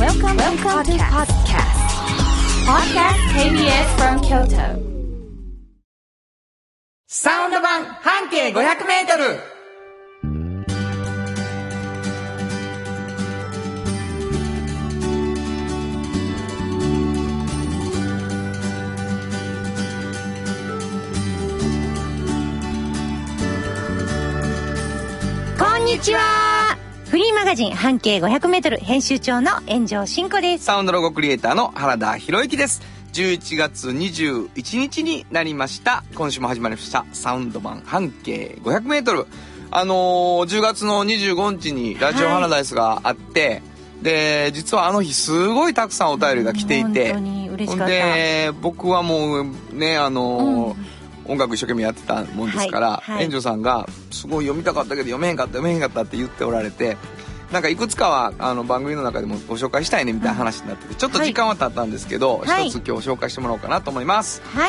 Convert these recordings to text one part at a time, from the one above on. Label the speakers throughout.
Speaker 1: Welcome to podcast KBS from Kyoto.
Speaker 2: サウンド版半径500メートル。
Speaker 3: こんにちは。フリーマガジン半径500メートル編集長の炎上真子です。
Speaker 2: サウンドロゴクリエイターの原田博之です。11月21日になりました。今週も始まりましたサウンド版半径500メートル。10月の25日にラジオハラダイスがあって、で実はあの日すごいたくさんお便りが来ていて、
Speaker 3: 本当に嬉しかった。
Speaker 2: で僕はもうね音楽一生懸命やってたもんですから、炎上さんがすごい読みたかったけど読めへんかったって言っておられて、なんかいくつかは番組の中でもご紹介したいねみたいな話になってて、ちょっと時間は経ったんですけど、一つ今日紹介してもらおうかなと思います。
Speaker 3: はい、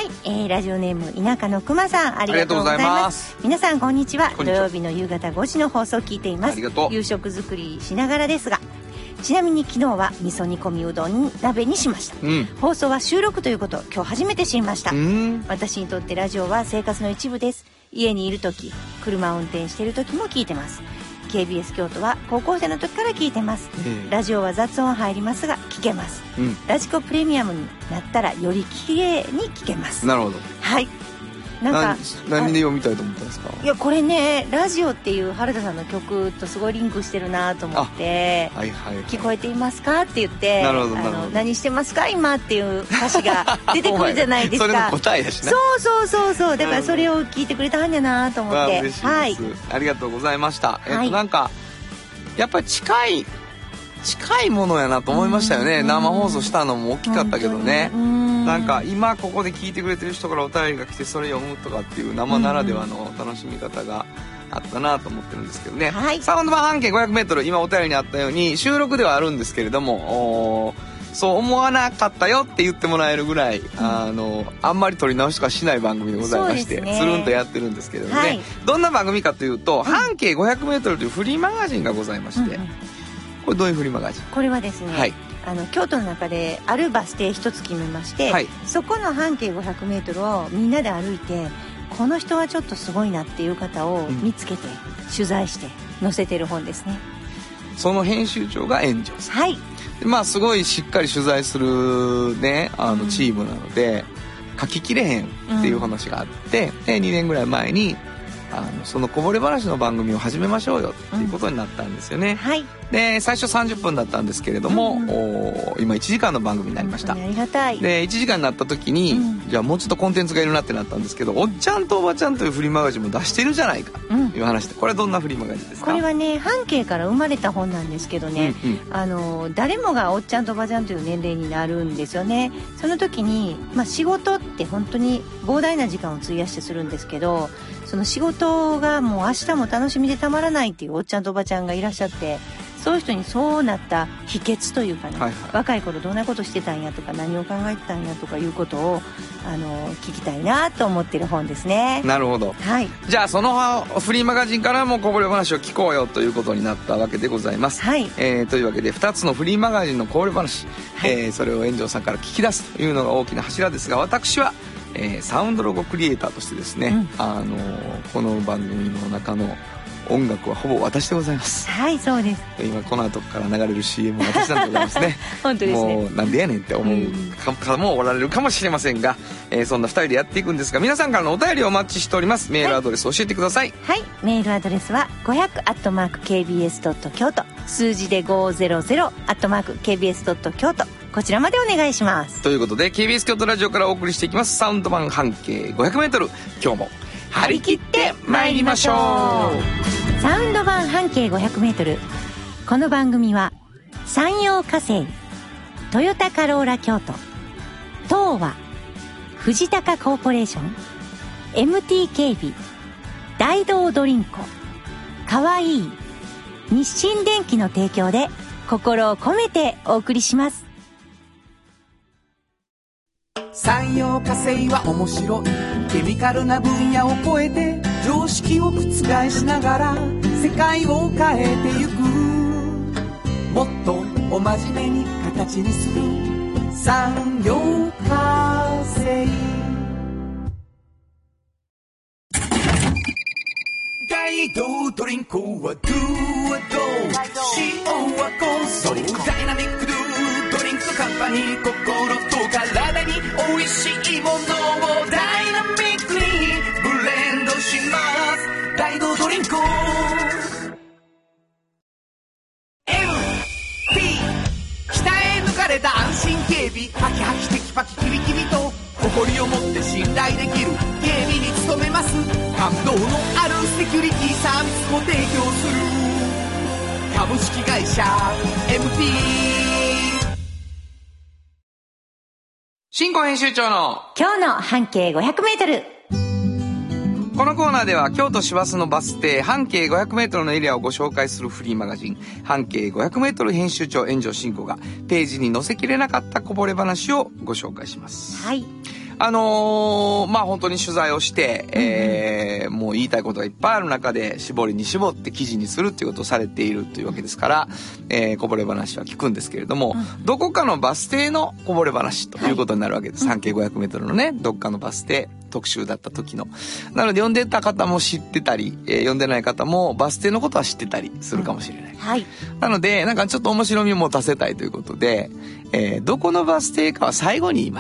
Speaker 3: ラジオネーム田舎のくまさん、ありがとうございます。皆さんこんにちは。土曜日の夕方5時の放送を聞いています。
Speaker 2: ありがとう。
Speaker 3: 夕食作りしながらですが、ちなみに昨日は味噌煮込みうどん鍋にしました、放送は収録ということを今日初めて知りました。私にとってラジオは生活の一部です。家にいる時、車を運転している時も聞いてます。KBS 京都は高校生の時から聞いてます。ラジオは雑音入りますが聞けます、ラジコプレミアムになったらより綺麗に聞けます。
Speaker 2: なるほど。
Speaker 3: はい。なんか
Speaker 2: 何で読みたいと思ったんですか？
Speaker 3: いやこれね、ラジオっていう原田さんの曲とすごいリンクしてるなと思って、聞こえていますかって言って、何してますか今っていう歌詞が出てくるじゃないですか。
Speaker 2: それの答えやしな。
Speaker 3: そうだからそれを聞いてくれたんやなと思って、
Speaker 2: 嬉しいです、ありがとうございました。なんかやっぱり近いものやなと思いましたよね。生放送したのも大きかったけどね。なんか今ここで聞いてくれてる人からお便りが来てそれ読むとかっていう生ならではの楽しみ方があったなと思ってるんですけどね、サウンド版半径 500m、 今お便りにあったように収録ではあるんですけれども、そう思わなかったよって言ってもらえるぐらい、あんまり撮り直しとかしない番組でございまして、つるんとやってるんですけれどもね、どんな番組かというと、半径 500m というフリーマガジンがございまして、これどういうフリーマガジン？こ
Speaker 3: れはですね、京都の中であるバス停一つ決めまして、そこの半径 500m をみんなで歩いて、この人はちょっとすごいなっていう方を見つけて、取材して載せてる本ですね。
Speaker 2: その編集長が炎上さん、すごいしっかり取材するねチームなので書ききれへんっていう話があって、で2年ぐらい前にそのこぼれ話の番組を始めましょうよっていうことになったんですよね、で最初30分だったんですけれども、今1時間の番組になりました。
Speaker 3: ありがたい。
Speaker 2: で1時間になった時に、じゃあもうちょっとコンテンツがいるなってなったんですけど、おっちゃんとおばちゃんというフリーマガジンも出してるじゃないかという話で、これはどんなフリーマガジンですか？
Speaker 3: これはね、半径から生まれた本なんですけどね、誰もがおっちゃんとおばちゃんという年齢になるんですよね。その時に、仕事って本当に膨大な時間を費やしてするんですけど、その仕事がもう明日も楽しみでたまらないっていうおっちゃんとおばちゃんがいらっしゃって、そういう人にそうなった秘訣というかね、若い頃どんなことしてたんやとか、何を考えてたんやとかいうことを聞きたいなと思ってる本ですね。
Speaker 2: なるほど、じゃあそのフリーマガジンからもこぼれ話を聞こうよということになったわけでございます、というわけで2つのフリーマガジンのこぼれ話、それを炎上さんから聞き出すというのが大きな柱ですが、私はサウンドロゴクリエイターとしてですね、この番組の中の音楽はほぼ私でございます。
Speaker 3: そうです。
Speaker 2: 今この後から流れる CM は私なんでございますね
Speaker 3: 本当ですね。
Speaker 2: もうなんでやねんって思う方もおられるかもしれませんが、そんな2人でやっていくんですが、皆さんからのお便りをお待ちしております。メールアドレス教えてください。
Speaker 3: メールアドレスは 500@kbs.kyoto、 数字で 500@kbs.kyoto、 こちらまでお願いします。
Speaker 2: ということで KBS 京都ラジオからお送りしていきますサウンド版半径 500m、 今日も張り切ってまいりましょう。
Speaker 3: サウンド版半径 500m、 この番組は山陽火星、トヨタカローラ京都、東和、藤高コーポレーション、 MT 警備、大道ドリンコ、かわいい、日清電機の提供で心を込めてお送りします。
Speaker 4: 産業化成は面白い。ケミカルな分野を超えて常識を覆しながら世界を変えてゆく。もっとを真面目に形にする産業化成。大道ドリンクはドゥはドゥ、塩はコンソー、ダイナミックドゥドリンクカンパニー、心と体に美味しいものをダイナミックにブレンドします。大道ドリンク MT 鍛え抜かれた安心警備、ハキハキテキパキキビキビと誇りを持って信頼できる警備に努めます。感動のあるセキュリティサービスも提供する株式会社 MT。
Speaker 2: 新婚編集長の
Speaker 3: 今日の半径500メートル。
Speaker 2: このコーナーでは京都市バスのバス停半径500メートルのエリアをご紹介するフリーマガジン半径500メートル編集長炎上真子がページに載せきれなかったこぼれ話をご紹介します。
Speaker 3: はい。
Speaker 2: まあ本当に取材をして、もう言いたいことがいっぱいある中で絞りに絞って記事にするっていうことをされているというわけですから、こぼれ話は聞くんですけれども、どこかのバス停のこぼれ話ということになるわけです。半径500メートルのね、どっかのバス停特集だった時の。なので読んでた方も知ってたり、読んでない方もバス停のことは知ってたりするかもしれない。
Speaker 3: はい。
Speaker 2: なのでなんかちょっと面白みを持たせたいということで、どこのバス停かは最後に言います。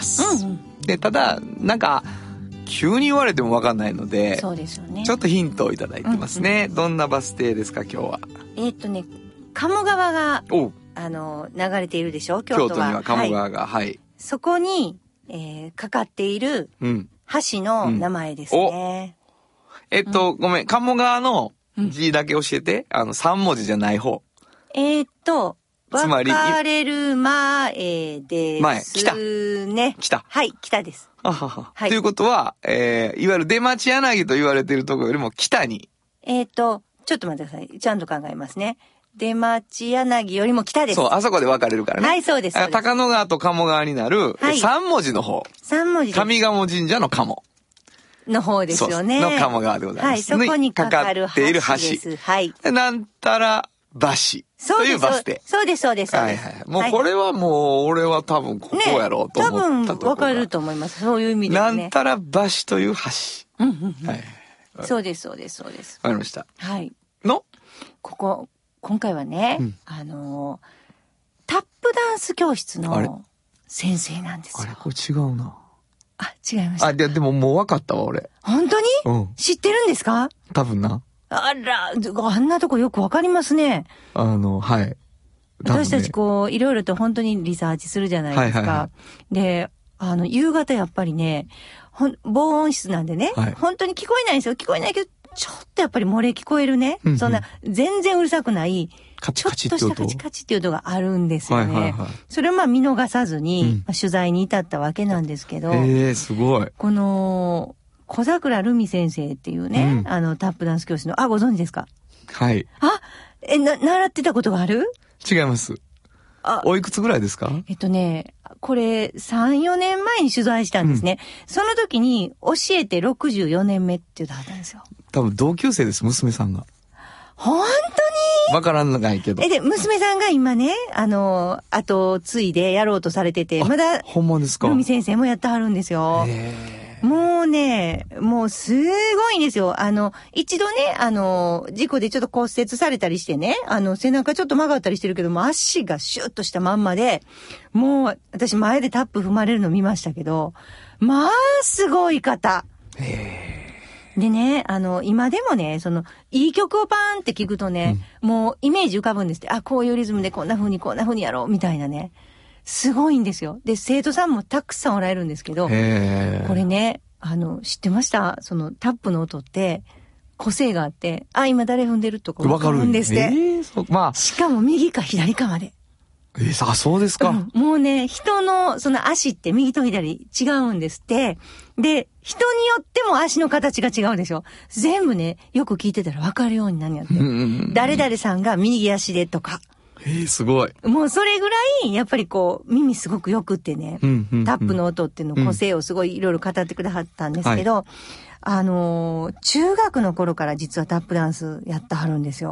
Speaker 2: でただなんか急に言われても分かんないので、
Speaker 3: そうですよね。
Speaker 2: ちょっとヒントをいただいてますね。どんなバス停ですか今日は。
Speaker 3: 鴨川が流れているでしょ、京都は。
Speaker 2: 京都には鴨川が、はい。
Speaker 3: そこに、かかっている橋の名前ですね。
Speaker 2: ごめん、鴨川の字だけ教えて。3文字じゃない方。
Speaker 3: つまり別れる前ですね。
Speaker 2: 北。
Speaker 3: はい、北です。
Speaker 2: はい。ということは、いわゆる出町柳と言われているところよりも北に。
Speaker 3: ちょっと待ってください。ちゃんと考えますね。出町柳よりも北です。
Speaker 2: そう、あそこで分かれるからね。
Speaker 3: はい、そうです。
Speaker 2: 高野川と鴨川になる、3文字の方。
Speaker 3: 3文字です。
Speaker 2: 上賀茂神社の鴨。
Speaker 3: の方ですよね。
Speaker 2: の鴨川でございます。
Speaker 3: はい、そこにかかる橋です。はい。
Speaker 2: なんたら橋。というバス停。
Speaker 3: そうです、そうです。
Speaker 2: はいはい。もうこれはもう、俺は多分ここやろうと思ったところ、ね。
Speaker 3: 多分わかると思います。そういう意味でね。
Speaker 2: なんたら橋という橋。
Speaker 3: はい。そうです、そうです、そうです。
Speaker 2: わかりました。
Speaker 3: はい。
Speaker 2: の
Speaker 3: 今回はね、タップダンス教室の先生なんですよ。
Speaker 2: あれこれ違うな。
Speaker 3: あ、違いました。
Speaker 2: でももう分かったわ、俺。
Speaker 3: 本当に？知ってるんですか？
Speaker 2: 多分な。
Speaker 3: あら、あんなとこよくわかりますね。
Speaker 2: はい。
Speaker 3: 私たちいろいろと本当にリサーチするじゃないですか。で、夕方やっぱりね、防音室なんでね、本当に聞こえないんですよ。聞こえないけど、ちょっとやっぱり漏れ聞こえるね。そんな、全然うるさくない、ちょっとしたカチカチっていう音があるんですよね。それを見逃さずに、取材に至ったわけなんですけど。
Speaker 2: すごい。
Speaker 3: この、小桜ルミ先生っていうね、タップダンス教室の、ご存知ですか？
Speaker 2: はい。
Speaker 3: 習ってたことがある？
Speaker 2: 違います。おいくつぐらいですか？
Speaker 3: これ、3、4年前に取材したんですね。その時に、教えて64年目って言ってはったんですよ。
Speaker 2: 多分同級生です、娘さんが。
Speaker 3: 本当に？
Speaker 2: わからないけど。
Speaker 3: で、娘さんが今ね、後継いでやろうとされてて、まだ、
Speaker 2: ほんまですか？
Speaker 3: ルミ先生もやってはるんですよ。もうね、もうすごいんですよ。一度ね、事故でちょっと骨折されたりしてね、背中ちょっと曲がったりしてるけども、足がシュッとしたまんまで、もう、私前でタップ踏まれるの見ましたけど、まあ、すごい方。でね、今でもね、いい曲をパーンって聞くとね、もうイメージ浮かぶんですって。こういうリズムでこんな風にやろう、みたいなね。すごいんですよ。で、生徒さんもたくさんおられるんですけど、これね、知ってました？タップの音って、個性があって、今誰踏んでるとかわかるんですって。しかも右か左かまで。
Speaker 2: そうですか。
Speaker 3: もうね、人の足って右と左違うんですって。で、人によっても足の形が違うでしょ。全部ね、よく聞いてたらわかるようになるんやって。誰々さんが右足でとか。
Speaker 2: すごい。
Speaker 3: もうそれぐらい、やっぱり耳すごくよくってね、タップの音っていうの個性をすごいいろいろ語ってくださったんですけど、中学の頃から実はタップダンスやってはるんですよ。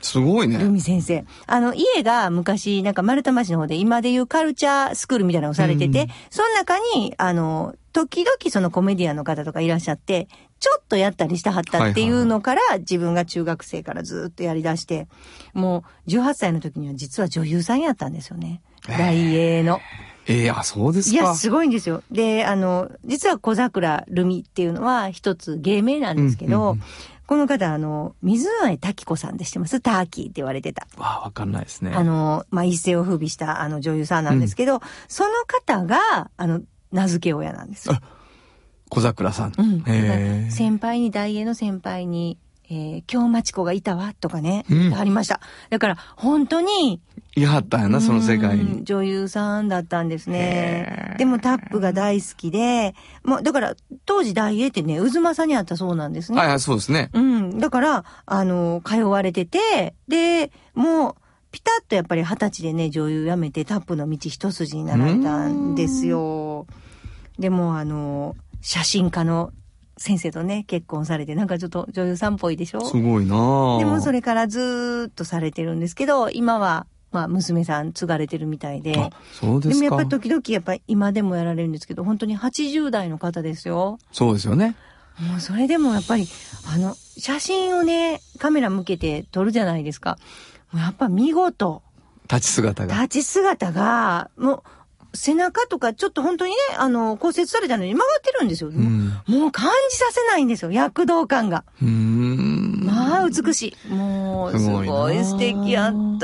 Speaker 2: すごいね。
Speaker 3: ルミ先生。家が昔、なんか丸太町の方で、今でいうカルチャースクールみたいなのをされてて、その中に、時々そのコメディアンの方とかいらっしゃって、ちょっとやったりしたはったっていうのから、自分が中学生からずっとやり出して、もう18歳の時には実は女優さんやったんですよね。大英の。
Speaker 2: あ、そうですか。
Speaker 3: いや、すごいんですよ。で、実は小桜ルミっていうのは一つ芸名なんですけど、この方、水前滝子さんで知ってます？ターキーって言われてた。
Speaker 2: わかんないですね。
Speaker 3: 一世を風靡した女優さんなんですけど、その方が、名付け親なんですよ。
Speaker 2: 小桜さん。
Speaker 3: 先輩に、大英の先輩に、京町子がいたわ、とかね、ありました。だから、本当に、
Speaker 2: いはったんやな、その世界に。
Speaker 3: 女優さんだったんですね。でもタップが大好きで、もう、だから、当時大英ってね、渦政にあったそうなんですね。
Speaker 2: はい、そうですね。
Speaker 3: だから、通われてて、で、もう、ピタッとやっぱり20歳でね、女優辞めてタップの道一筋になられたんですよ。でも、写真家の先生とね、結婚されて、なんかちょっと女優さんっぽいでしょ？
Speaker 2: すごいなぁ。
Speaker 3: でもそれからずーっとされてるんですけど、今は、娘さん継がれてるみたいで。
Speaker 2: あ、そうですか。
Speaker 3: でもやっぱり時々やっぱり今でもやられるんですけど、本当に80代の方ですよ。
Speaker 2: そうですよね。
Speaker 3: もうそれでもやっぱり、写真をね、カメラ向けて撮るじゃないですか。もうやっぱ見事。
Speaker 2: 立ち姿
Speaker 3: が、もう、背中とかちょっと本当にね、骨折されたのに曲がってるんですよ。もう感じさせないんですよ、躍動感が。まあ、美しい。もう、すごい素敵やった。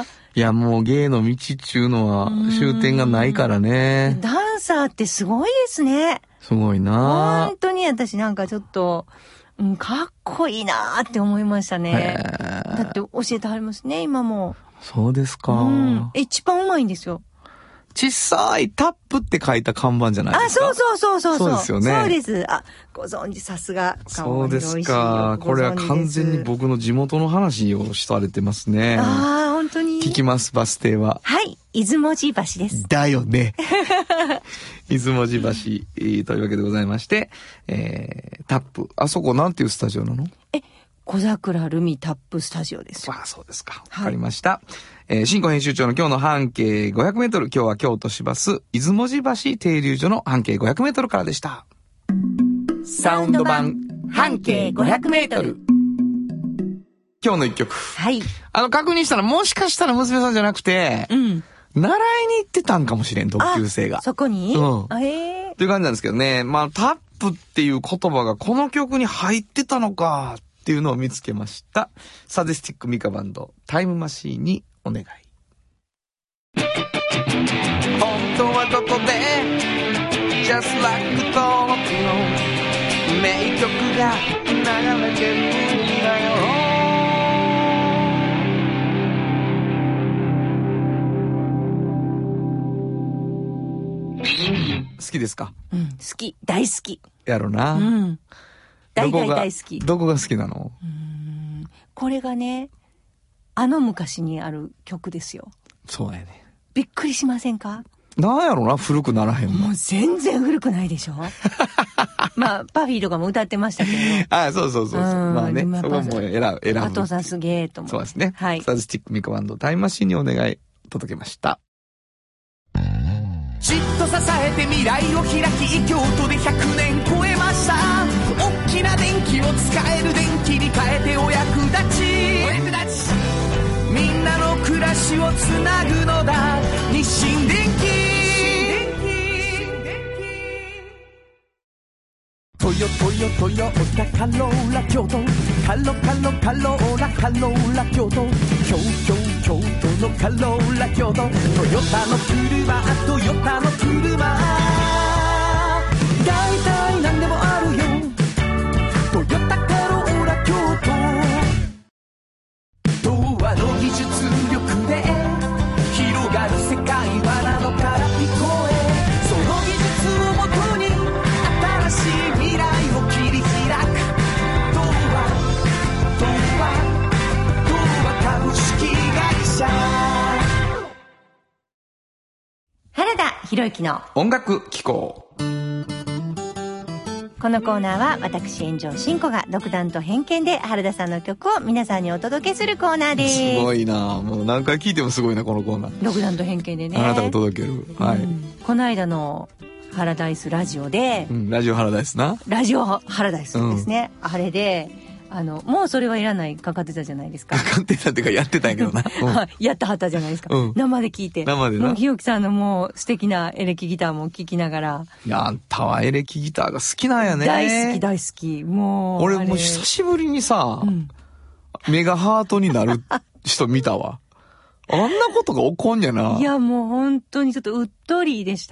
Speaker 2: いや、もう芸の道っちゅうのは終点がないからね。
Speaker 3: ダンサーってすごいですね。
Speaker 2: すごいな。
Speaker 3: 本当に私なんかちょっと、かっこいいなーって思いましたね。だって教えてはりますね、今も。
Speaker 2: そうですか。
Speaker 3: 一番うまいんですよ。
Speaker 2: 小さいタップって書いた看板じゃないですか。
Speaker 3: そう
Speaker 2: ですよね。
Speaker 3: そうです。ご存知、さすが。
Speaker 2: そうですか。これは完全に僕の地元の話をされてますね。
Speaker 3: 本当に。
Speaker 2: 聞きます、バス停は。
Speaker 3: はい、出雲寺橋です。
Speaker 2: だよね。出雲寺橋、というわけでございまして、タップ。あそこなんていうスタジオなの？
Speaker 3: 小桜ルミタップスタジオです。
Speaker 2: そうですか。わかりました。新庫編集長の今日の半径500メートル。今日は京都市バス出雲寺橋停留所の半径500メートルからでした。サウンド版半径500メートル。今日の一曲。
Speaker 3: はい。
Speaker 2: 確認したらもしかしたら娘さんじゃなくて、習いに行ってたんかもしれん、同級生が。
Speaker 3: そこに？
Speaker 2: という感じなんですけどね。タップっていう言葉がこの曲に入ってたのかっていうのを見つけました。サディスティックミカバンドタイムマシーンにお願い。本当はどこで Just like 登録の名曲が流れてるんだよ。好きですか？
Speaker 3: 好き。大好き。
Speaker 2: やろな。
Speaker 3: 大好き。
Speaker 2: どこが好きなの？
Speaker 3: これがね、昔にある曲ですよ。
Speaker 2: そうやね。
Speaker 3: びっくりしませんか？
Speaker 2: なんやろな、古くならへんもん。
Speaker 3: もう全然古くないでしょ？パフィーとかも歌ってましたけど。
Speaker 2: そう。まあね、そこも選ぶ。
Speaker 3: 加藤さんすげえと思う。
Speaker 2: そうですね。
Speaker 3: はい。
Speaker 2: サディスティックミカバンドタイムマシーンにお願い届けました。
Speaker 4: じっと支えて未来を開き京都で100年超えました。大きな電気を使える電気に変えてお役立ちみんなの暮らしをつなぐのだ日清電気。トヨタカローラ京都カローラ京都京都のカローラ京都トヨタの車大体何でもあるよトヨタカローラ京都童話の技術力で広がる世界はなのから聞こえその技術をもとに新しい未来を切り開く株式会社
Speaker 3: 原田博之の
Speaker 2: 音楽機構。
Speaker 3: このコーナーは私炎上真子が独断と偏見で原田さんの曲を皆さんにお届けするコーナーです。
Speaker 2: すごいな、もう何回聞いてもすごいなこのコーナー。
Speaker 3: 独断と偏見でね、
Speaker 2: あなたが届ける、はい、
Speaker 3: この間のハラダイスラジオで、
Speaker 2: ラジオハラダイスな、
Speaker 3: ラジオハラダイスですね、あれでもうそれはいらないかかってたじゃないですか。
Speaker 2: かかってたっていうかやってたんやけどな、
Speaker 3: やってはったじゃないですか、生で聞いて。
Speaker 2: 生でな、
Speaker 3: ひよきさんのもう素敵なエレキギターも聴きながら。
Speaker 2: いや、あんたはエレキギターが好きなんやね。
Speaker 3: 大好き大好き。もう
Speaker 2: 俺もう久しぶりにさ、目がハートになる人見たわ。あんなことが起こんやな。
Speaker 3: いや、もう本当にちょっとうっとりでした。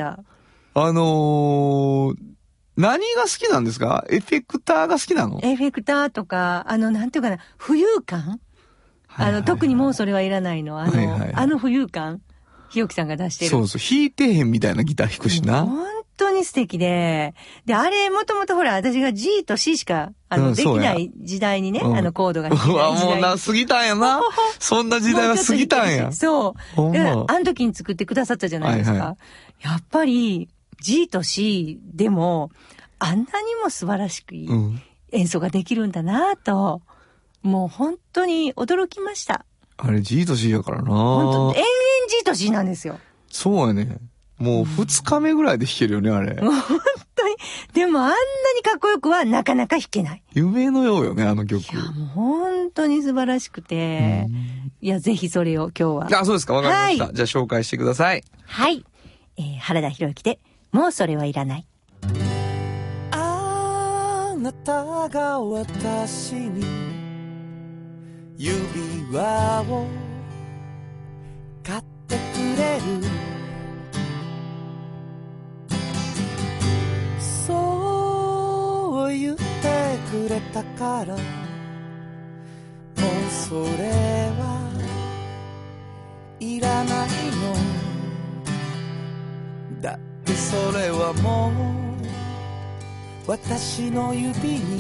Speaker 2: 何が好きなんですか？エフェクターが好きなの？エ
Speaker 3: フェクターとか、なんていうかな、浮遊感、特にもうそれはいらないの。浮遊感、ひよきさんが出してる。
Speaker 2: そうそう、弾いてへんみたいなギター弾くしな。
Speaker 3: 本当に素敵で。で、あれ、もともとほら、私が G と C しか、できない時代にね、コードが弾けない時代に。
Speaker 2: もう過ぎたんやな。そんな時代は過ぎたんや。
Speaker 3: そう。で、あの時に作ってくださったじゃないですか。やっぱり、G と C でもあんなにも素晴らしく演奏ができるんだなと、もう本当に驚きました。
Speaker 2: あれ G と C やからな。
Speaker 3: 本当延々 G と C なんですよ。
Speaker 2: そうやね。もう2日目ぐらいで弾けるよね、あれ。
Speaker 3: 本当に。でもあんなにかっこよくはなかなか弾けない。
Speaker 2: 夢のようよね、あの曲。
Speaker 3: いや、もう本当に素晴らしくて。いや、ぜひそれを今日は。
Speaker 2: あ、そうですか。わかりました。じゃあ紹介してください。
Speaker 3: はい。原田博之で、もうそれはいらない。
Speaker 4: あなたが私に指輪を買ってくれる、そう言ってくれたから、もうそれはいらないのだ。それはもう私の指に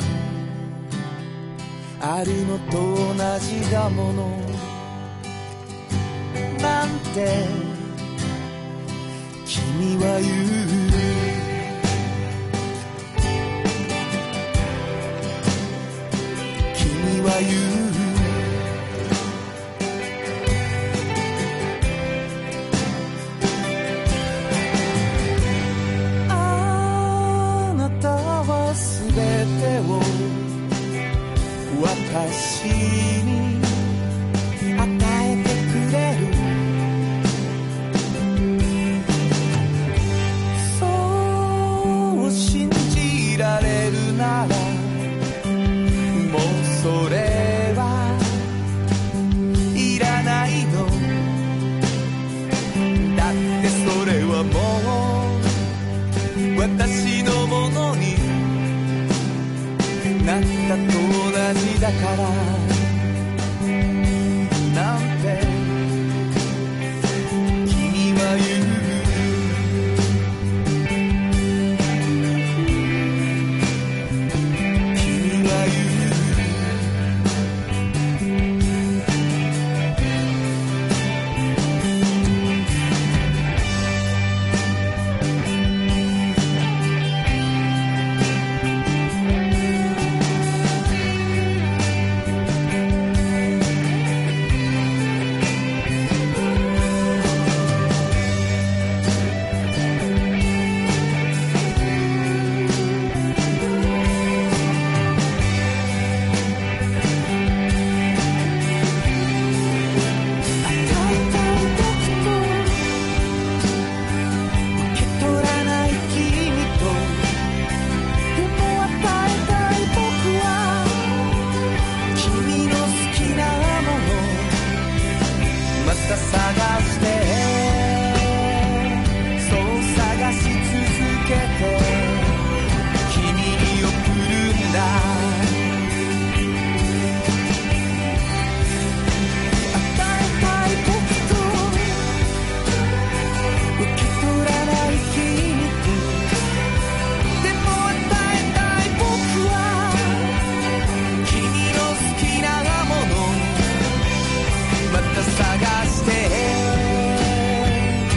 Speaker 4: あるのと同じだものなんて君は言う。君は言う。私に与えてくれる、そう信じられるなら、もうそれはいらないのだって、それはもう私のものになったと同じだからなんて君は言う。君は言う。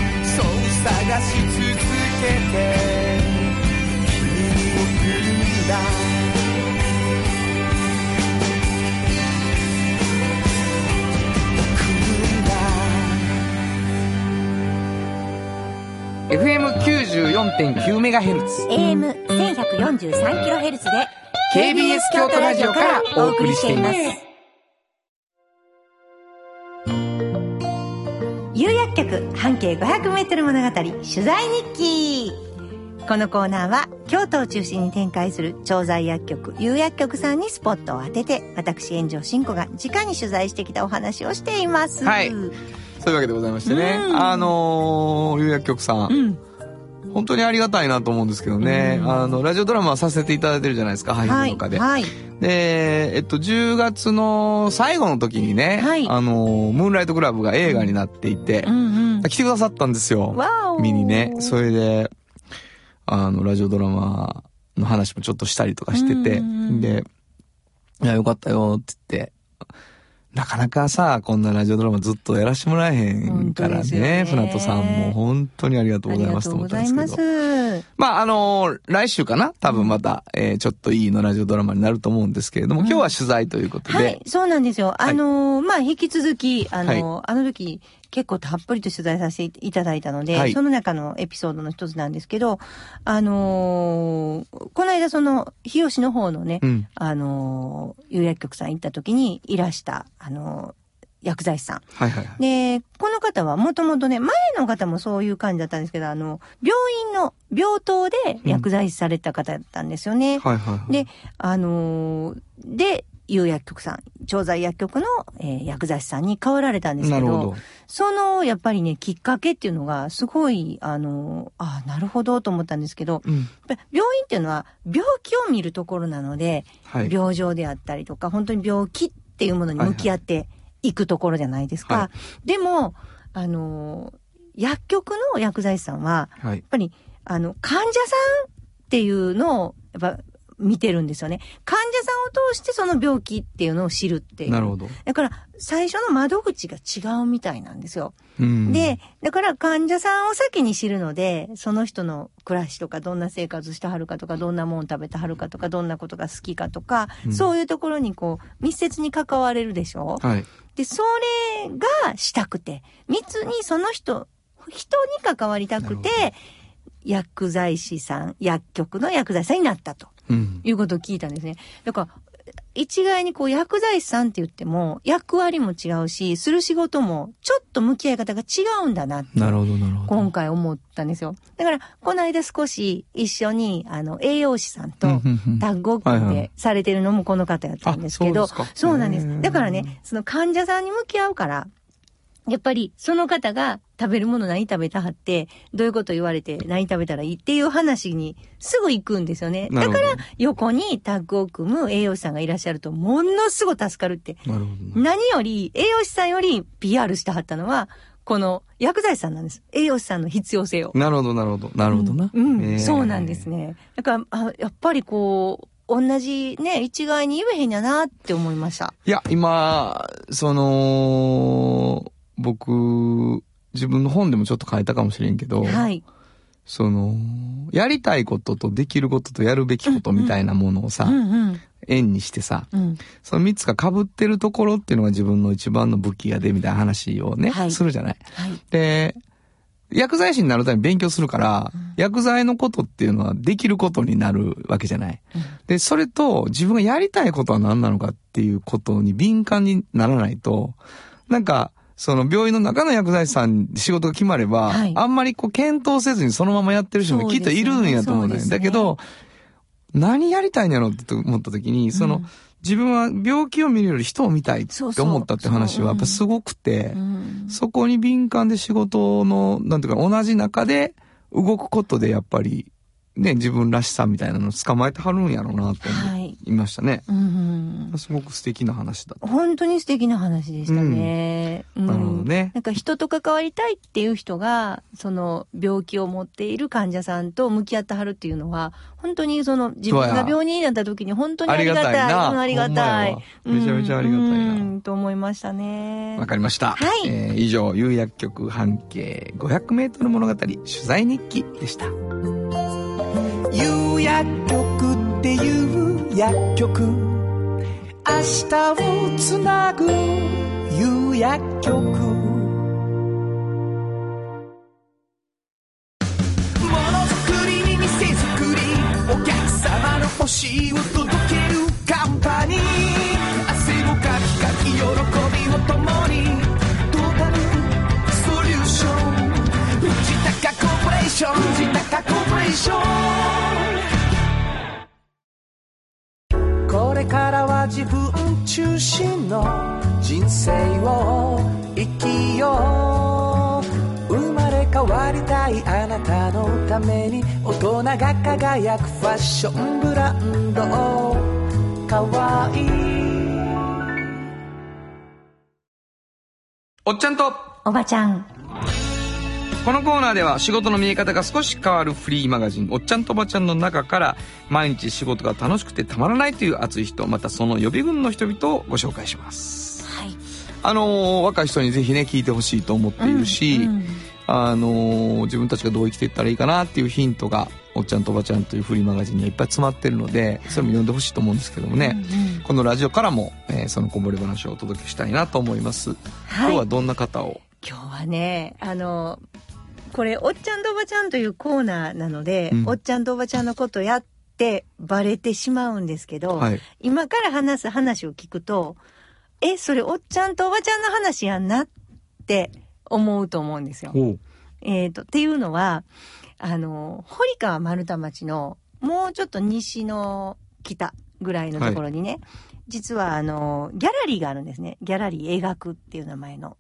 Speaker 4: し続けて君に送るんだ。
Speaker 2: FM94.9MHz
Speaker 3: AM1143kHz で
Speaker 2: KBS 京都ラジオからお送りしています。
Speaker 3: 有薬局半径 500m 物語取材日記。このコーナーは京都を中心に展開する調剤薬局有薬局さんにスポットを当てて、私炎上真子が直に取材してきたお話をしています。
Speaker 2: はい、そういうわけでございましてね、有薬局さん、本当にありがたいなと思うんですけどね、ラジオドラマさせていただいてるじゃないですか、配信とかで、はいはい、で、10月の最後の時にね、はい、ムーンライトクラブが映画になっていて、来てくださったんですよ、見にね。それでラジオドラマの話もちょっとしたりとかしてて、で、いや、よかったよって言って、なかなかさ、こんなラジオドラマずっとやらせてもらえへんからね、船戸さんも本当にありがとうございますと思ったんですけど。まあ、来週かな多分また、ちょっといいのラジオドラマになると思うんですけれども、今日は取材ということで。
Speaker 3: はい、そうなんですよ。まあ、引き続き、あの時、結構たっぷりと取材させていただいたので、はい、その中のエピソードの一つなんですけど、この間その、日吉の方のね、有薬局さん行った時にいらした、薬剤師さん。はいはいはい。で、この方はもともとね、前の方もそういう感じだったんですけど、病院の病棟で薬剤師された方だったんですよね。はいはいはい。で、有薬局さん、調剤薬局の、薬剤師さんに変わられたんですけど、やっぱりね、きっかけっていうのが、すごい、なるほどと思ったんですけど、病院っていうのは、病気を見るところなので、はい、病状であったりとか、本当に病気っていうものに向き合っていくところじゃないですか。はい、でも、薬局の薬剤師さんは、やっぱり、患者さんっていうのを、やっぱ、見てるんですよね。患者さんを通してその病気っていうのを知るっていう。なるほど。だから最初の窓口が違うみたいなんですよ。で、だから患者さんを先に知るので、その人の暮らしとかどんな生活してはるかとか、どんなもん食べてはるかとか、どんなことが好きかとか、そういうところにこう密接に関われるでしょ。はい。で、それがしたくて、密にその人に関わりたくて、薬剤師さん、薬局の薬剤師さんになったと。いうことを聞いたんですね。だから、一概にこう薬剤師さんって言っても、役割も違うし、する仕事もちょっと向き合い方が違うんだなって。なるほど、なるほど。今回思ったんですよ。だから、この間少し一緒に、栄養士さんとタッグを組んでされてるのもこの方やったんですけど、そうなんです。だからね、その患者さんに向き合うから、やっぱりその方が食べるもの何食べたはって、どういうこと言われて何食べたらいいっていう話にすぐ行くんですよね。だから横にタッグを組む栄養士さんがいらっしゃるとものすごい助かるって。なるほど。何より栄養士さんより PR してはったのは、この薬剤師さんなんです。栄養士さんの必要性を。なるほど、なるほど。なるほどな。そうなんですね。だからやっぱりこう、同じね、一概に言えへんやなって思いました。いや、今、僕、自分の本でもちょっと書いたかもしれんけど、はい。やりたいこととできることとやるべきことみたいなものをさ、円にしてさ、その3つが被ってるところっていうのが自分の一番の武器やでみたいな話をね、するじゃない。はい。で、薬剤師になるために勉強するから、薬剤のことっていうのはできることになるわけじゃない。で、それと自分がやりたいことは何なのかっていうことに敏感にならないと、なんか、病院の中の薬剤師さん仕事が決まれば、はい、あんまりこう検討せずにそのままやってる人もきっといるんやと思うんだよ。だけど、何やりたいんやろって思った時に、自分は病気を見るより人を見たいって思ったって話はやっぱすごくて、そこに敏感で仕事の、なんていうか同じ中で動くことでやっぱり、ね、自分らしさみたいなのを捕まえてはるんやろうなと思いましたね。すごく素敵な話だった。本当に素敵な話でしたね。なるほどね。なんか人と関わりたいっていう人が、その病気を持っている患者さんと向き合ってはるっていうのは、本当に自分が病人になった時に本当にありがたい。ありがたい。めちゃめちゃありがたいな。と思いましたね。わかりました。はい。以上、有薬局半径500メートル物語取材日記でした。有薬局っていう薬局、明日をつなぐ有薬局。
Speaker 4: 推しを届けるカンパニー、汗をかきかき喜びを共に、トータルソリューション、藤高コーポレーション、藤高コーポレーション。これからは自分中心の人生を生きよう、生まれ変わりたいあなたのために、大人が輝くファッションブランド、かわいい。
Speaker 2: おっちゃんと
Speaker 3: おばちゃん。
Speaker 2: このコーナーでは仕事の見え方が少し変わるフリーマガジンおっちゃんとおばちゃんの中から、毎日仕事が楽しくてたまらないという熱い人、またその予備軍の人々をご紹介します。
Speaker 3: はい。
Speaker 2: 若い人にぜひね聞いてほしいと思っているし、自分たちがどう生きていったらいいかなっていうヒントがおっちゃんとおばちゃんというフリーマガジンにはいっぱい詰まってるので、それも読んでほしいと思うんですけどもね、このラジオからも、そのこぼれ話をお届けしたいなと思います。今日はどんな方を？
Speaker 3: 今日はね、これおっちゃんとおばちゃんというコーナーなので、おっちゃんとおばちゃんのことやってバレてしまうんですけど、今から話す話を聞くと、それおっちゃんとおばちゃんの話やんなって思うと思うんですよ。っていうのは、堀川丸太町のもうちょっと西の北ぐらいのところにね、実はギャラリーがあるんですね。ギャラリー描くっていう名前の。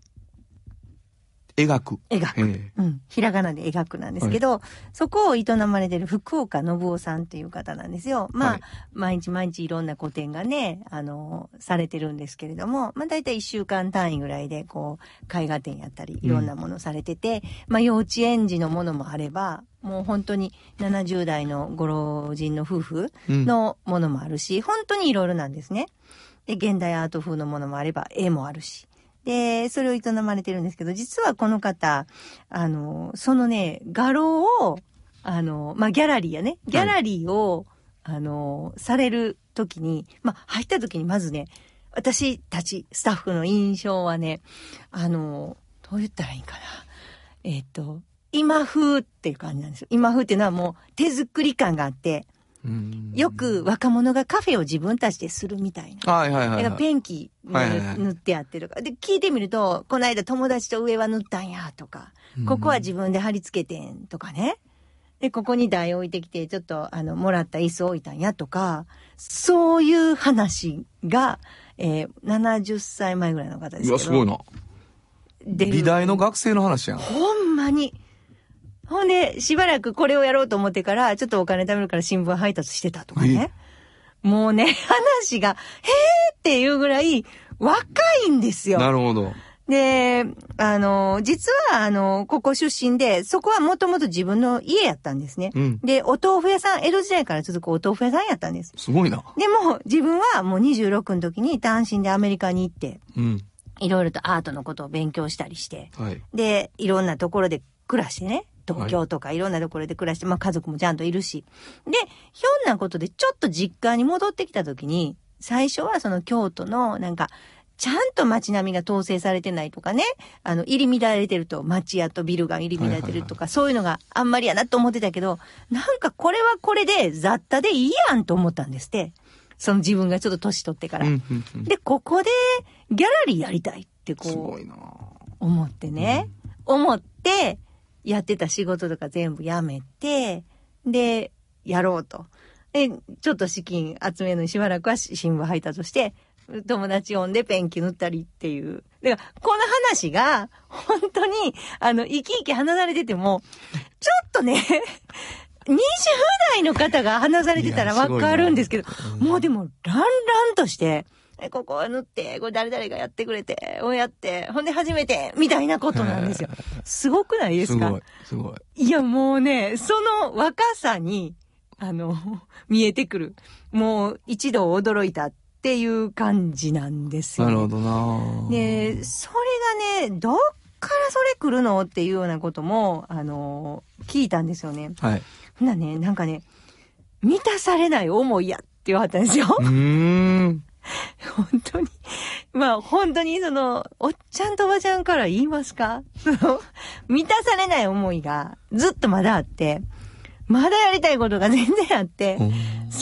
Speaker 2: 描く。
Speaker 3: ひらがなで描くなんですけど、そこを営まれてる福岡信夫さんっていう方なんですよ。毎日いろんな個展がね、されてるんですけれども、だいたい1週間単位ぐらいで、こう、絵画展やったり、いろんなものされてて、幼稚園児のものもあれば、もう本当に70代のご老人の夫婦のものもあるし、本当にいろいろなんですね。で、現代アート風のものもあれば、絵もあるし。で、それを営まれてるんですけど、実はこの方、そのね、画廊を、ギャラリーやね、ギャラリーを、されるときに、入ったときにまずね、私たちスタッフの印象はね、どう言ったらいいかな。今風っていう感じなんですよ。今風っていうのはもう手作り感があって、よく若者がカフェを自分たちでするみたいな。ペンキ塗ってあってるから。で、聞いてみると、この間友達と上は塗ったんやとか、ここは自分で貼り付けてんとかね。で、ここに台置いてきて、ちょっともらった椅子置いたんやとか、そういう話が、70歳前ぐらいの方ですけど。
Speaker 2: うわ、すごいな。美大の学生の話やん。
Speaker 3: ほんまに。ほんで、しばらくこれをやろうと思ってから、ちょっとお金貯めるから新聞配達してたとかね。もうね、話が、へーっていうぐらい若いんですよ。
Speaker 2: なるほど。
Speaker 3: で、実は、ここ出身で、そこはもともと自分の家やったんですね。で、お豆腐屋さん、江戸時代から続くお豆腐屋さんやったんです。
Speaker 2: すごいな。
Speaker 3: でも、自分はもう26の時に単身でアメリカに行って、いろいろとアートのことを勉強したりして、で、いろんなところで暮らしてね、東京とかいろんなところで暮らして、家族もちゃんといるし。で、ひょんなことでちょっと実家に戻ってきた時に、最初はその京都のちゃんと街並みが統制されてないとかね、入り乱れてると、町屋とビルが入り乱れてるとか、そういうのがあんまりやなと思ってたけど、これはこれで雑多でいいやんと思ったんですって。その自分がちょっと年取ってから。で、ここでギャラリーやりたいって
Speaker 2: すごいな
Speaker 3: 思ってね、思って、やってた仕事とか全部やめて、で、やろうと。で、ちょっと資金集めるのにしばらくは新聞配達して、友達呼んでペンキ塗ったりっていう。だから、この話が、本当に、生き生き話されてても、ちょっとね、20代の方が話されてたらわかるんですけど、もうでも、ランランとして、ここを塗って、これ誰々がやってくれて、をやって、ほんで初めて、みたいなことなんですよ。すごくないですか？
Speaker 2: すごい。
Speaker 3: いや、もうね、その若さに、見えてくる。もう一度驚いたっていう感じなんですよ、
Speaker 2: なるほどな。
Speaker 3: で、それがね、どっからそれ来るのっていうようなことも、聞いたんですよね。ほんなね、満たされない思いやって言われたんですよ。本当に。本当におっちゃんとおばちゃんから言いますか？満たされない思いがずっとまだあって、まだやりたいことが全然あって、そ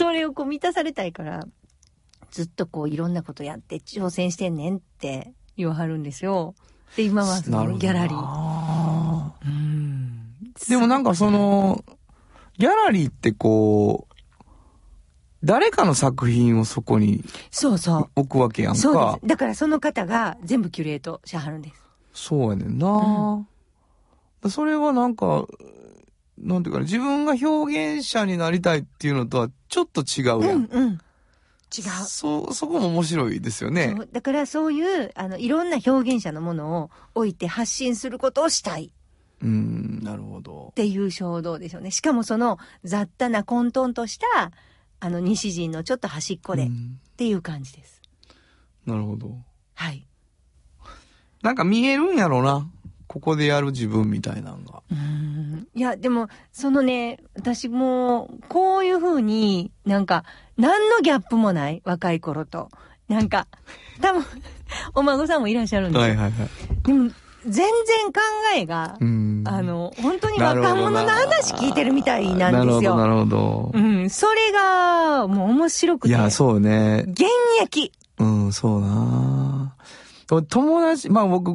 Speaker 3: それをこう満たされたいから、ずっとこういろんなことやって挑戦してんねんって言わはるんですよ。で、今はそのギャラリー。
Speaker 2: でもなんかその、ギャラリーってこう、誰かの作品をそこに置くわけやんか。
Speaker 3: そうです。だからその方が全部キュレートしはるんです。
Speaker 2: そうやねんな、それはなんか、なんていうかね、自分が表現者になりたいっていうのとはちょっと違うやん。
Speaker 3: 違う。
Speaker 2: そこも面白いですよね。
Speaker 3: だからそういう、いろんな表現者のものを置いて発信することをしたい。
Speaker 2: なるほど。
Speaker 3: っていう衝動ですよね。しかもその雑多な混沌とした、西陣のちょっと端っこで、っていう感じです。
Speaker 2: なるほど。
Speaker 3: はい。
Speaker 2: なんか見えるんやろな。ここでやる自分みたいなのが。
Speaker 3: いや、でも、そのね、私も、こういう風に、なんか、何のギャップもない、若い頃と。なんか、多分、お孫さんもいらっしゃるんですよ。
Speaker 2: はいはいはい。
Speaker 3: でも、全然考えが、本当に若者の話聞いてるみたいなんですよ。
Speaker 2: なるほど。
Speaker 3: それが、もう面白くて。
Speaker 2: いや、そうね。
Speaker 3: 現役。
Speaker 2: そうな。友達、まあ僕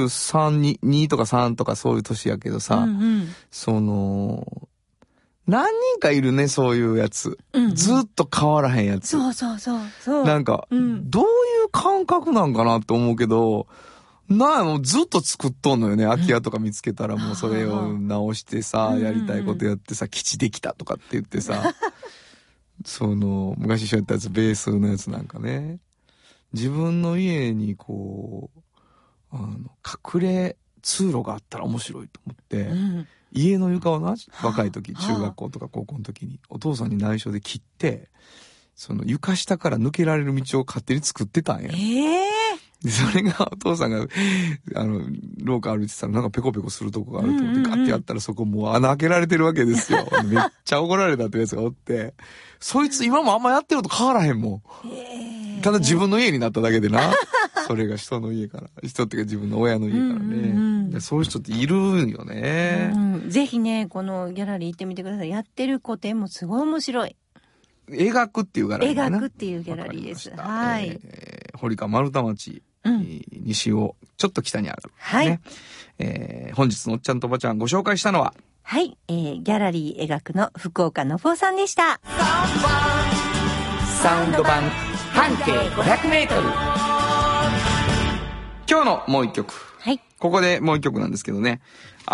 Speaker 2: 53、2とか3とかそういう年やけどさ、その、何人かいるね、そういうやつ。ずっと変わらへんやつ。
Speaker 3: そう。
Speaker 2: なんか、どういう感覚なんかなって思うけど、もうずっと作っとんのよね。空き家とか見つけたらもうそれを直してさ、やりたいことやってさ、基地できたとかって言ってさ、その、昔一緒やったやつ、ベースのやつなんかね。自分の家にこう、隠れ通路があったら面白いと思って、家の床をな、若い時、中学校とか高校の時に、お父さんに内緒で切って、その床下から抜けられる道を勝手に作ってたんや。で、それがお父さんが、廊下歩いてたらなんかペコペコするとこがあると思って、ガッてやったらそこもう穴開けられてるわけですよ。めっちゃ怒られたってやつがおって、そいつ今もあんまやってると変わらへんもん。ただ自分の家になっただけでな。それが人の家から。人っていうか自分の親の家からね。そういう人っているんよね。
Speaker 3: ぜひね、このギャラリー行ってみてください。やってる個展もすごい面白い。
Speaker 2: 描くっていうギャラリーかな。
Speaker 3: 描くっていうギャラリーです。はい。
Speaker 2: 堀川丸太町。西をちょっと北にある、ね。はい。本日のおっちゃんとおばちゃんご紹介したのは、
Speaker 3: はい。ギャラリー描くの福岡信夫さんでした。
Speaker 2: サウンド版半径500メートル。今日のもう一曲。
Speaker 3: はい。
Speaker 2: ここでもう一曲なんですけどね。ギ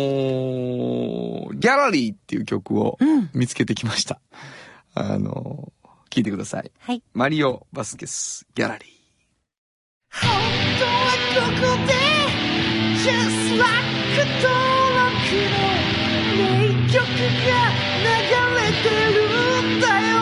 Speaker 2: ャラリーっていう曲を見つけてきました。聞いてください。
Speaker 3: はい。
Speaker 2: マリオ・バスケス、ギャラリー。
Speaker 4: 本当はここで Just like 登録の名曲が流れてるんだよ。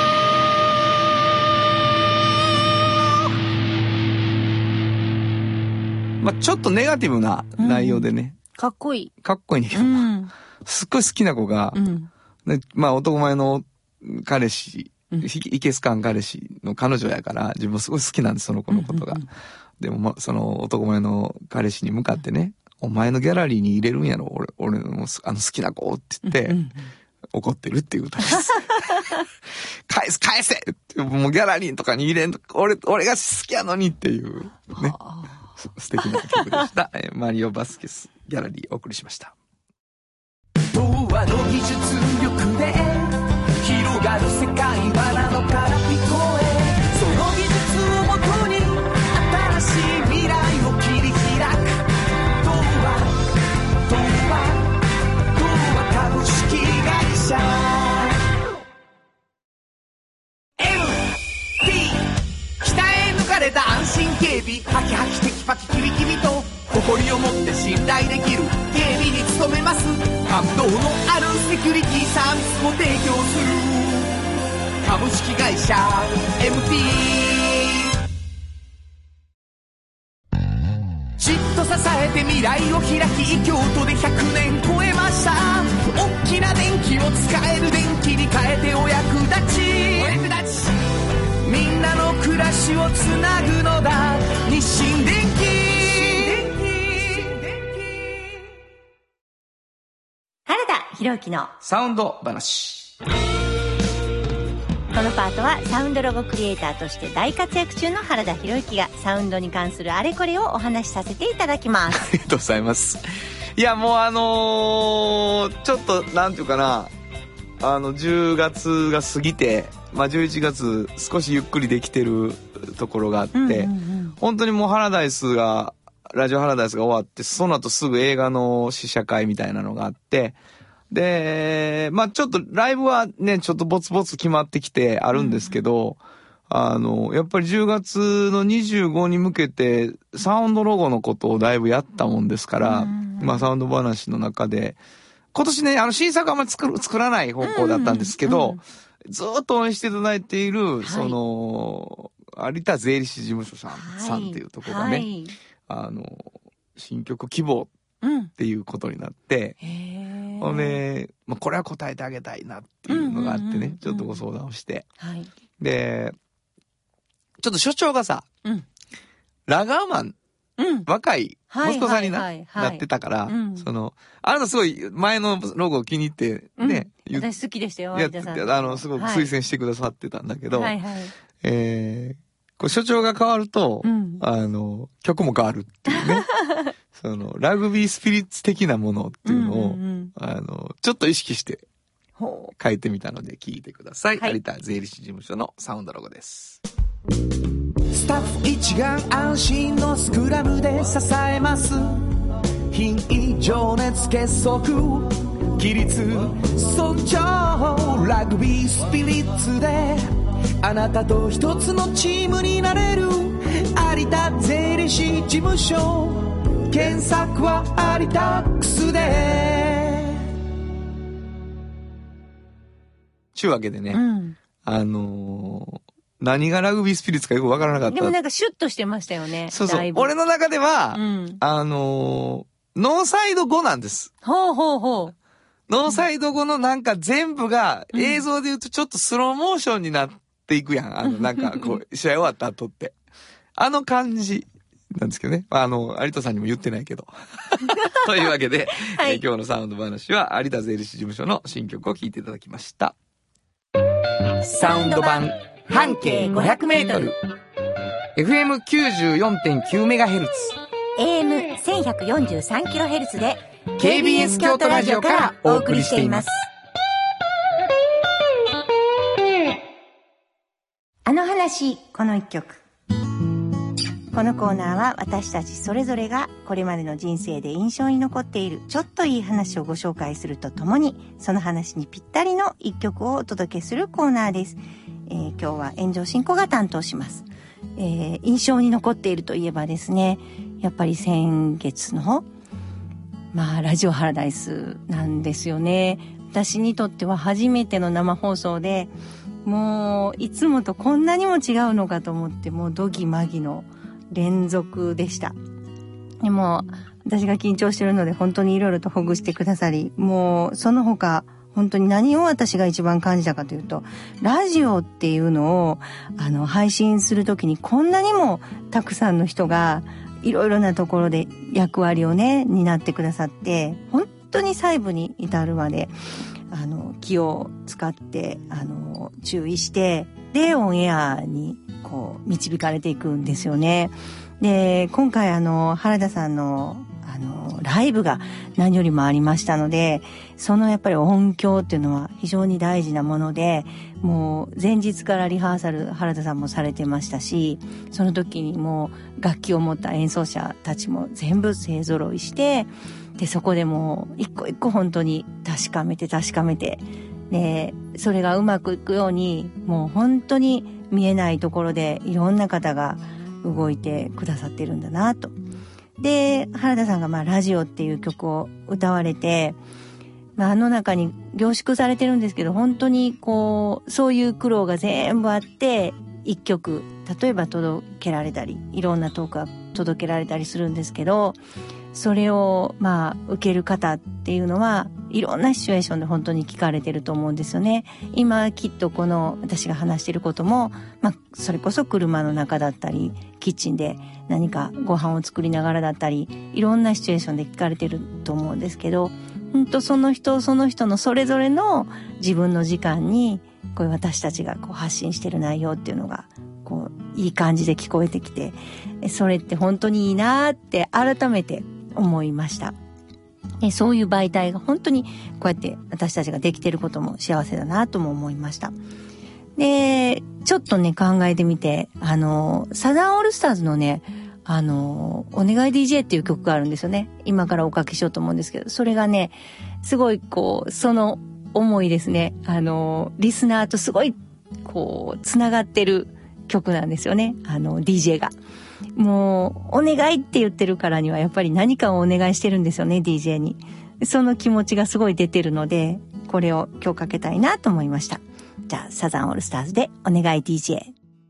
Speaker 2: まあ、ちょっとネガティブな内容でね。
Speaker 3: かっこいい。
Speaker 2: かっこいいね。すっごい好きな子が、まあ男前の彼氏、いけすかん彼氏の彼女やから、自分すごい好きなんです、その子のことが。でも、ま、その男前の彼氏に向かってね、お前のギャラリーに入れるんやろ、俺の好きな子って言って、怒ってるっていう歌です。返せってもうギャラリーとかに入れんと、俺が好きやのにっていう、ね。素敵な曲でした。マリオ・バスケス、ギャラリーお送りしました。
Speaker 4: 童話の技術力で広がる世界はなのから聞こえ、その技術をもとに新しい未来を切り開く。童話株式会社 MT 鍛え抜かれた安心警備、ハキハキテキパキキビキビと誇りを持って信頼できる警備に努めます。感動のあるセキュリティサービスも提供する株式会社 MT。 じっと支えて未来を開き、京都で100年超えました。大きな電気を使える電気に変えてお役立ち、みんなの暮らしをつなぐのだ、日清電気。
Speaker 3: 原田博之の
Speaker 2: サウンド話。
Speaker 3: のパートはサウンドロゴクリエイターとして大活躍中の原田博之がサウンドに関するあれこれをお話しさせていただきます。
Speaker 2: ありがとうございます。いやもうちょっとなんていうかな、10月が過ぎて、11月少しゆっくりできてるところがあって、本当にもうラジオハラダイスが終わって、その後すぐ映画の試写会みたいなのがあって、で、ちょっとライブはね、ちょっとぼつぼつ決まってきてあるんですけど、やっぱり10月の25に向けてサウンドロゴのことをだいぶやったもんですから、サウンド話の中で、今年ね、新作はあんまり作らない方向だったんですけど、ずっと応援していただいている、有田税理士事務所さんっていうところがね、新曲希望っていうことになって、これは答えてあげたいなっていうのがあってね、ちょっとご相談をして、で、ちょっと所長がさ、ラガーマン、若い息子さんになってたから、あなたすごい前のロゴを気に入ってね、
Speaker 3: 私好きでしたよ、
Speaker 2: 有田さん。すごく推薦してくださってたんだけど、所長が変わると、曲も変わるっていうね。ラグビースピリッツ的なものっていうのを、ちょっと意識して書いてみたので聞いてください。有田税理士事務所のサウンドロゴです。
Speaker 4: スタッフ一丸安心のスクラムで支えます。品位情熱結束規律尊重ラグビースピリッツであなたと一つのチームになれる有田税理士事務所、検索は有田ックスで。
Speaker 2: ちゅうわけでね、何がラグビースピリッツかよくわからなかった。
Speaker 3: でもなんかシュッとしてましたよね。
Speaker 2: そう。俺の中では、ノーサイド後なんです。
Speaker 3: ほう。
Speaker 2: ノーサイド後のなんか全部が映像で言うとちょっとスローモーションになっていくやん。なんかこう、試合終わった後って。感じなんですけどね。有田さんにも言ってないけど。というわけで、今日のサウンド話は有田税理士事務所の新曲を聴いていただきました。
Speaker 4: サウンド版半径500メートル
Speaker 2: FM94.9 メガヘルツ
Speaker 3: AM1143 キロヘルツで
Speaker 4: KBS 京都ラジオからお送りしています。
Speaker 3: あの話、この一曲。このコーナーは私たちそれぞれがこれまでの人生で印象に残っているちょっといい話をご紹介するとともに、その話にぴったりの一曲をお届けするコーナーです。今日は炎上進行が担当します。印象に残っているといえばですね、やっぱり先月のラジオハラダイスなんですよね。私にとっては初めての生放送で、もういつもとこんなにも違うのかと思って、もうドギマギの連続でした。でも私が緊張してるので本当にいろいろとほぐしてくださり、もうその他本当に何を私が一番感じたかというと、ラジオっていうのを配信するときにこんなにもたくさんの人がいろいろなところで役割をね担ってくださって、本当に細部に至るまで気を使って注意してでオンエアにこう導かれていくんですよね。で今回原田さんのライブが何よりもありましたので、そのやっぱり音響っていうのは非常に大事なもので、もう前日からリハーサル原田さんもされてましたし、その時にもう楽器を持った演奏者たちも全部勢揃いして、でそこでもう一個一個本当に確かめてでそれがうまくいくように、もう本当に見えないところでいろんな方が動いてくださってるんだなと。で原田さんがラジオっていう曲を歌われて、中に凝縮されてるんですけど、本当にこうそういう苦労が全部あって一曲例えば届けられたり、いろんなトークが届けられたりするんですけど、それを受ける方っていうのはいろんなシチュエーションで本当に聞かれてると思うんですよね。今きっとこの私が話してることも、それこそ車の中だったりキッチンで何かご飯を作りながらだったり、いろんなシチュエーションで聞かれてると思うんですけど、本当その人のそれぞれの自分の時間にこういう私たちがこう発信してる内容っていうのがこういい感じで聞こえてきて、それって本当にいいなって改めて思いました。そういう媒体が本当にこうやって私たちができてることも幸せだなとも思いました。で、ちょっとね考えてみて、サザンオールスターズのね、お願い DJ っていう曲があるんですよね。今からおかけしようと思うんですけど、それがね、すごいこう、その思いですね。リスナーとすごいこう、つながってる曲なんですよね。DJ が。もう、お願いって言ってるからにはやっぱり何かをお願いしてるんですよね、DJ に。その気持ちがすごい出てるので、これを今日かけたいなと思いました。じゃあ、サザンオールスターズでお願い DJ。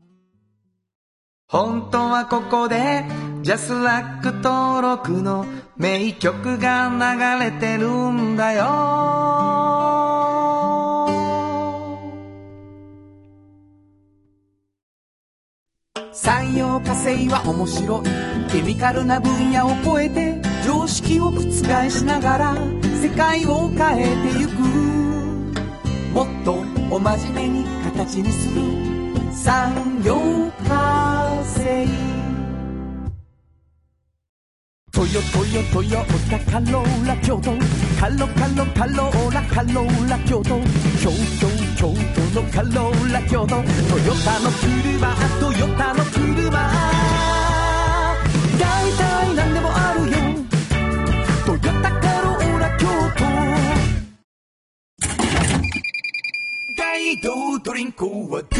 Speaker 2: 本当はここでジャスラック登録の名曲が流れてるんだよ。
Speaker 4: 産業化成は面白い。ケミカルな分野を超えて常識を覆しながら世界を変えてゆく。もっとお真面目に形にする産業化成。トヨタカローラ京都、カローラ京都、京都のカローラ京都、トヨタの車、大体何でもあるよ、トヨタカローラ京都。大道ドリンクはドゥはド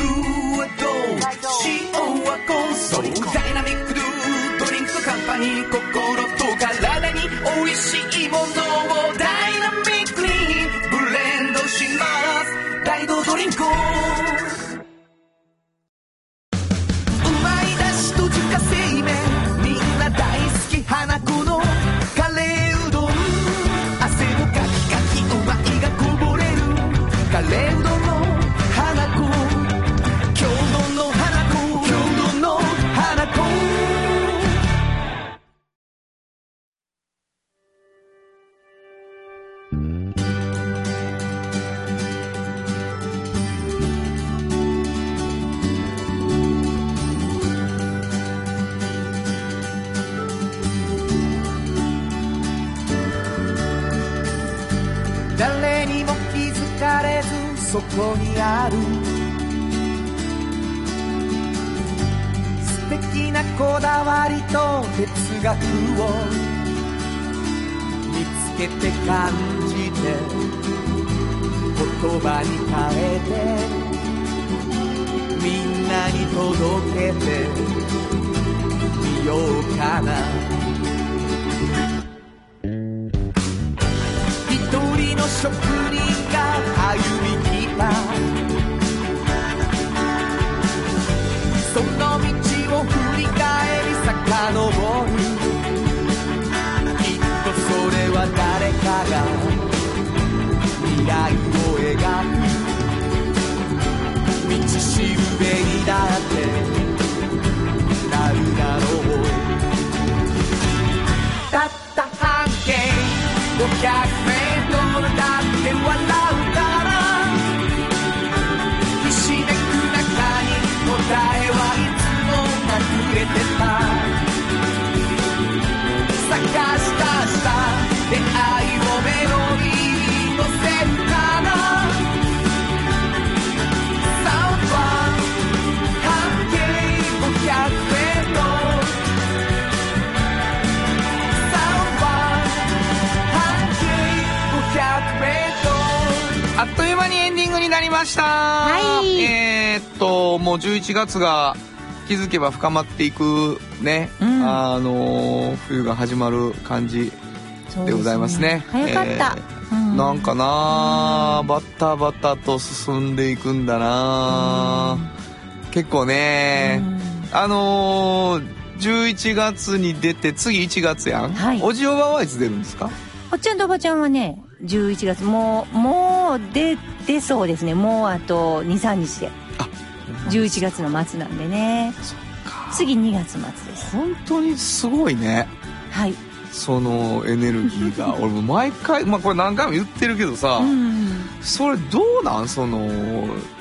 Speaker 4: 塩はコンソーダイナミックドゥドリンクカンパニー、心と体に美味しいものをダイナミックにブレンドします。大道ドリンク、うまいだしと自家製麺、みんな大好き花子のカレーうどん、汗をかきかきうまいがこぼれるカレーうどんの花子、京都の花子、京都の花子。誰にも気づかれずそこにある素敵なこだわりと哲学を見つけて感じて言葉に変えてみんなに届けてみようかな。一人の職人が歩み来たその道を振り返り遡る、きっとそれは誰かが未来を描く道しるべにだってなるだろう。たった半径500メートルだって笑うからひしめく中に答えはいつも隠れてた。探した出会いをメロディーに乗せるかな。サウンドは半径500メートル、サウンドは半径500メートル。
Speaker 2: あっという間にエンディングになりました。
Speaker 3: はい。
Speaker 2: もう11月が気づけば深まっていくね、冬が始まる感じでございますね。
Speaker 3: 早かった。
Speaker 2: なんかな、バタバタと進んでいくんだな。結構ね、11月に出て次1月やん。はい、おじおばはいつ出るんですか？
Speaker 3: おっちゃんとおばちゃんはね11月もう出そうですね。もうあと 2,3 日で11月の末なんでね。そっか、次2月末です。
Speaker 2: 本当にすごいね。
Speaker 3: はい、
Speaker 2: そのエネルギーが俺も毎回これ何回も言ってるけどさ、それどうなん、その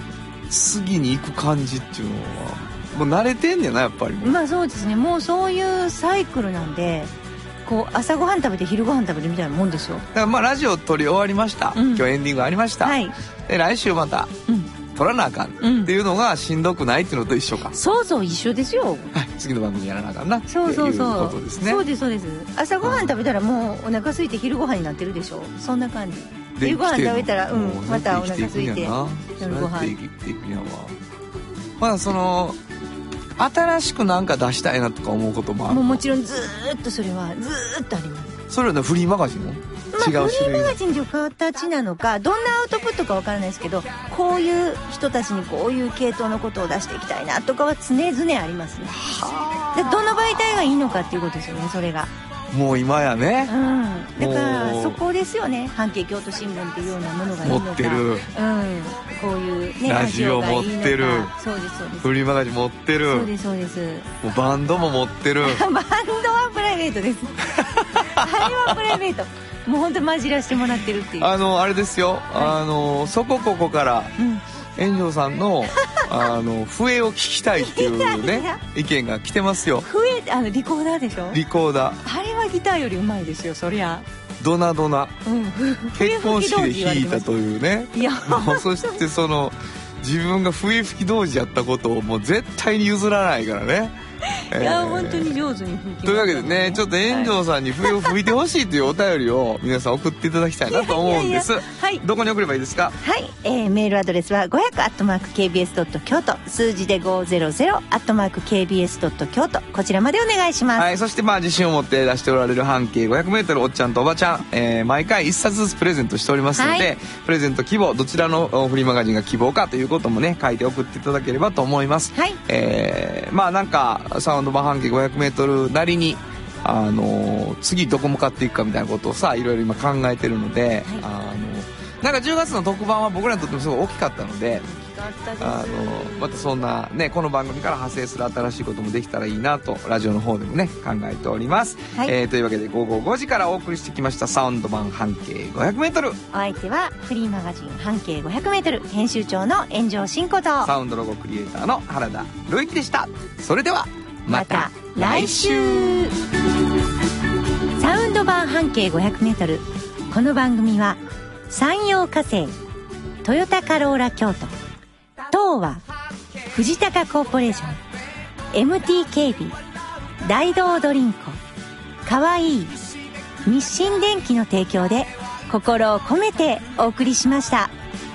Speaker 2: 次に行く感じっていうのはもう慣れてんねんな、やっぱり。
Speaker 3: まあそうですね、もうそういうサイクルなんで、こう朝ごはん食べて昼ごはん食べるみたいなもんですよ。だ
Speaker 2: からまあラジオ撮り終わりました、今日エンディングありました、はい、で来週また、撮らなあかんっていうのがしんどくないっていうのと一緒か。
Speaker 3: そうそう、一緒ですよ。
Speaker 2: はい、次の番組やらなあかんなっていうことですね。
Speaker 3: そうですそうです。朝ごはん食べたらもうお腹空いて昼ごはんになってるでしょ。そんな感じ。昼ごはん食べたらまたお腹空いて夜ごはん。まあその新しくなんか出したいなとか思うこともある。 もちろんずーっとそれはずーっとあります。
Speaker 2: それはね、フリーマガジンも違う種類。
Speaker 3: フリーマガジンという形なのか、どんなアウトプットかわからないですけど、こういう人たちにこういう系統のことを出していきたいなとかは常々ありますね。でどの媒体がいいのかっていうことですよね、それが。
Speaker 2: もう今やね、
Speaker 3: だからそこですよね。半径京都新聞っていうようなものがいいのか、
Speaker 2: 持ってる、
Speaker 3: こういうね
Speaker 2: ラジオ持ってる、
Speaker 3: そうですそうです、
Speaker 2: フリーマガジン持ってる、
Speaker 3: そうですそうです、
Speaker 2: もうバンドも持ってる
Speaker 3: バンドはプライベートですあれはプライベート、もう本当混じらせてもらってるっていう、
Speaker 2: あれですよ、そこここから、炎上さんの笛を聞きたいっていうね意見が来てますよ。
Speaker 3: 笛リコーダーでしょ。
Speaker 2: リコーダ
Speaker 3: ー、あれはギターよりうまいですよ、そりゃ。
Speaker 2: ドナドナ、結婚式で弾いたというね。
Speaker 3: いや
Speaker 2: そしてその自分が笛吹き童子やったことをもう絶対に譲らないからね。
Speaker 3: いや本当に上手に吹きました。
Speaker 2: というわけでね、ちょっと炎上さんに笛を吹いてほしいというお便りを皆さん送っていただきたいなと思うんです。
Speaker 3: はい、
Speaker 2: どこに送ればいいですか。
Speaker 3: はい、メールアドレスは 500@kbs. 京都、数字で 500@kbs. 京都、こちらまでお願いします。
Speaker 2: はい、そしてまあ自信を持って出しておられる半径 500m おっちゃんとおばちゃん、毎回1冊ずつプレゼントしておりますので、はい、プレゼント希望、どちらのフリーマガジンが希望かということもね書いて送っていただければと思います。はい、まあなんかサウンド版半径 500m なりに次どこ向かっていくかみたいなことをさ、いろいろ今考えてるので、はい、なんか10月の特番は僕らにとってもすごい大きかったので、またそんなね、この番組から派生する新しいこともできたらいいなとラジオの方でもね考えております。はい、というわけで午後5時からお送りしてきましたサウンド版半径 500m。
Speaker 3: お相手はフリーマガジン半径 500m 編集長の炎上真子と
Speaker 2: サウンドロゴクリエイターの原田瑠之でした。それでは
Speaker 3: また来週。サウンド版半径 500m、 この番組は山陽火星、トヨタカローラ京都、東和、藤高コーポレーション、 MT 警備、大道ドリンク、かわいい、日清電機の提供で心を込めてお送りしました。